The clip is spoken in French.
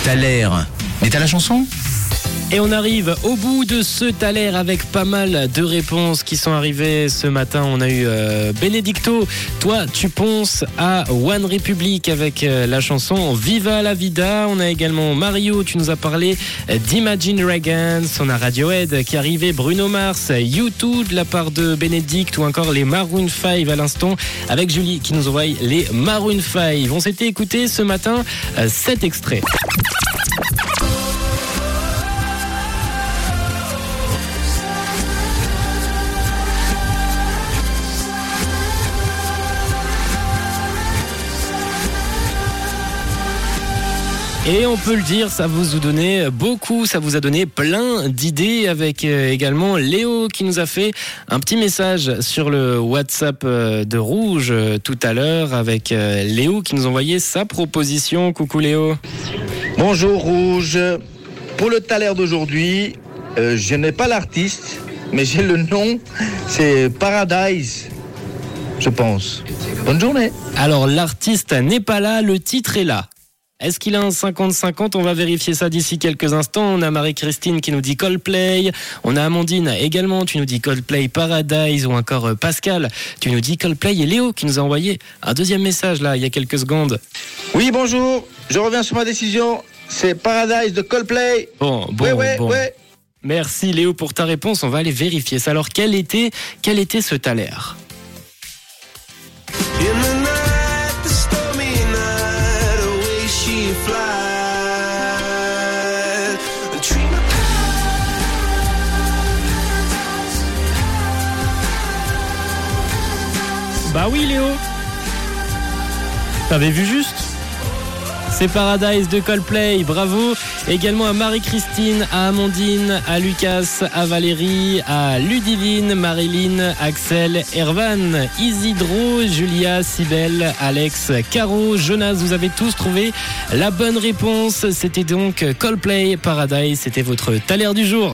Thaler. Mais t'as la chanson ? Et on arrive au bout de ce Thaler avec pas mal de réponses qui sont arrivées ce matin. On a eu Benedicto. Toi, tu penses à One Republic avec la chanson Viva la Vida. On a également Mario. Tu nous as parlé d'Imagine Dragons. On a Radiohead qui est arrivé. Bruno Mars, U2 de la part de Benedict ou encore les Maroon 5 à l'instant avec Julie qui nous envoie les Maroon 5. On s'était écouté ce matin 7 extraits. Et on peut le dire, ça vous a donné beaucoup, ça vous a donné plein d'idées avec également Léo qui nous a fait un petit message sur le WhatsApp de Rouge tout à l'heure avec Léo qui nous envoyait sa proposition. Coucou Léo. Bonjour Rouge. Pour le Thaler d'aujourd'hui, je n'ai pas l'artiste, mais j'ai le nom, c'est Paradise, je pense. Bonne journée. Alors l'artiste n'est pas là, le titre est là. Est-ce qu'il a un 50-50 ? On va vérifier ça d'ici quelques instants. On a Marie-Christine qui nous dit Coldplay. On a Amandine également, tu nous dis Coldplay Paradise. Ou encore Pascal, tu nous dis Coldplay. Et Léo qui nous a envoyé un deuxième message là, il y a quelques secondes. Oui, bonjour. Je reviens sur ma décision. C'est Paradise de Coldplay. Bon. Merci Léo pour ta réponse. On va aller vérifier ça. Alors, quel était ce Thaler ? Bah oui Léo, t'avais vu juste ? C'est Paradise de Coldplay, bravo. Également à Marie-Christine, à Amandine, à Lucas, à Valérie, à Ludivine, Marilyn, Axel, Ervan, Isidro, Julia, Cybèle, Alex, Caro, Jonas, vous avez tous trouvé la bonne réponse. C'était donc Coldplay Paradise, c'était votre Thaler du jour.